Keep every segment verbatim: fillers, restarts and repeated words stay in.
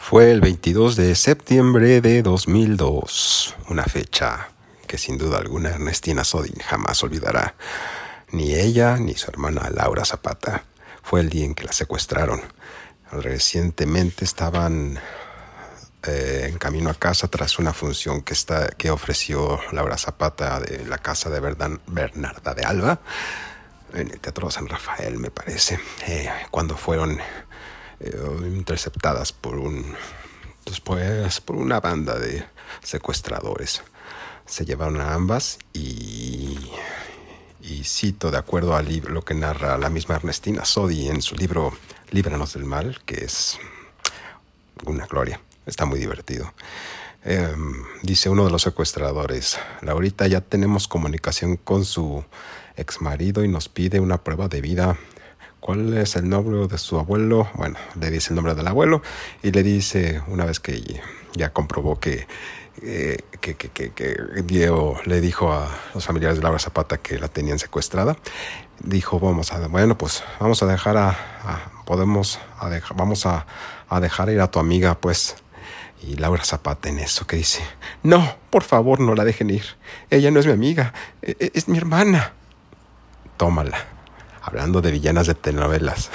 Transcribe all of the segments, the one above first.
Fue el veintidós de septiembre de dos mil dos, una fecha que sin duda alguna Ernestina Sodi jamás olvidará. Ni ella ni su hermana Laura Zapata. Fue el día en que la secuestraron. Recientemente estaban eh, en camino a casa tras una función que, está, que ofreció Laura Zapata de la casa de Verdan, Bernarda de Alba, en el Teatro San Rafael, me parece, eh, cuando fueron eh, interceptadas por un después por una banda de secuestradores. Se llevaron a ambas y, y cito, de acuerdo a lo que narra la misma Ernestina Sodi en su libro Líbranos del Mal, que es una gloria, está muy divertido. Eh, dice uno de los secuestradores: Laurita, ya tenemos comunicación con su exmarido y nos pide una prueba de vida. ¿Cuál es el nombre de su abuelo? Bueno, le dice el nombre del abuelo y le dice, una vez que ya comprobó que, eh, que, que, que, que Diego le dijo a los familiares de Laura Zapata que la tenían secuestrada, dijo, vamos a, bueno, pues vamos a dejar a, a podemos, a dejar, vamos a, a dejar ir a tu amiga, pues. Y Laura Zapata en eso que dice, no, por favor, no la dejen ir. Ella no es mi amiga, es, es mi hermana. Tómala. Hablando de villanas de telenovelas.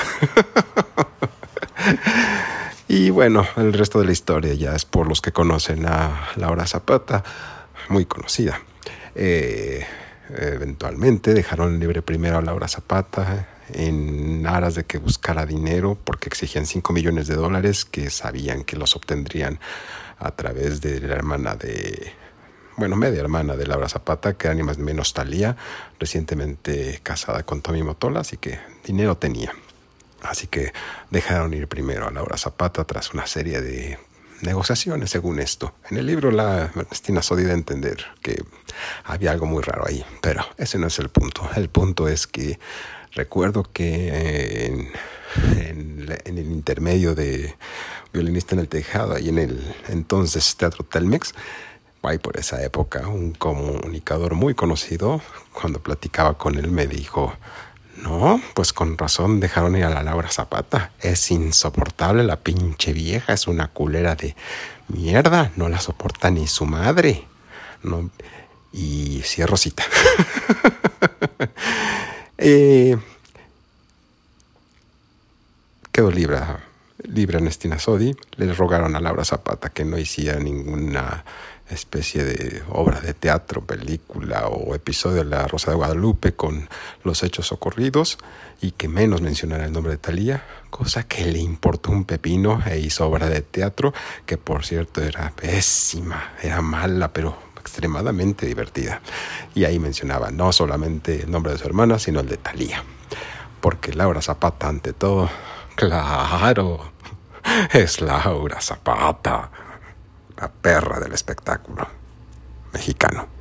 Y bueno, el resto de la historia ya es por los que conocen a Laura Zapata, muy conocida. Eh, eventualmente dejaron libre primero a Laura Zapata en aras de que buscara dinero, porque exigían cinco millones de dólares que sabían que los obtendrían a través de la hermana de... bueno, media hermana de Laura Zapata, que era ni más ni menos Talía, recientemente casada con Tommy Motola, así que dinero tenía. Así que dejaron ir primero a Laura Zapata tras una serie de negociaciones, según esto. En el libro la Ernestina Sodi da a entender que había algo muy raro ahí, pero ese no es el punto. El punto es que recuerdo que en, en, en el intermedio de Violinista en el Tejado, ahí en el entonces Teatro Telmex, ahí por esa época, un comunicador muy conocido, cuando platicaba con él, me dijo, no, pues con razón dejaron ir a la Laura Zapata. Es insoportable la pinche vieja, es una culera de mierda, no la soporta ni su madre. No, y cierro cita. eh, quedó libre, libre Ernestina Sodi. Le rogaron a Laura Zapata que no hiciera ninguna especie de obra de teatro, película o episodio de La Rosa de Guadalupe con los hechos ocurridos y que menos mencionara el nombre de Talía, cosa que le importó un pepino, e hizo obra de teatro que por cierto era pésima, era mala, pero extremadamente divertida. Y ahí mencionaba no solamente el nombre de su hermana, sino el de Talía, porque Laura Zapata ante todo, claro, es Laura Zapata, la perra del espectáculo mexicano.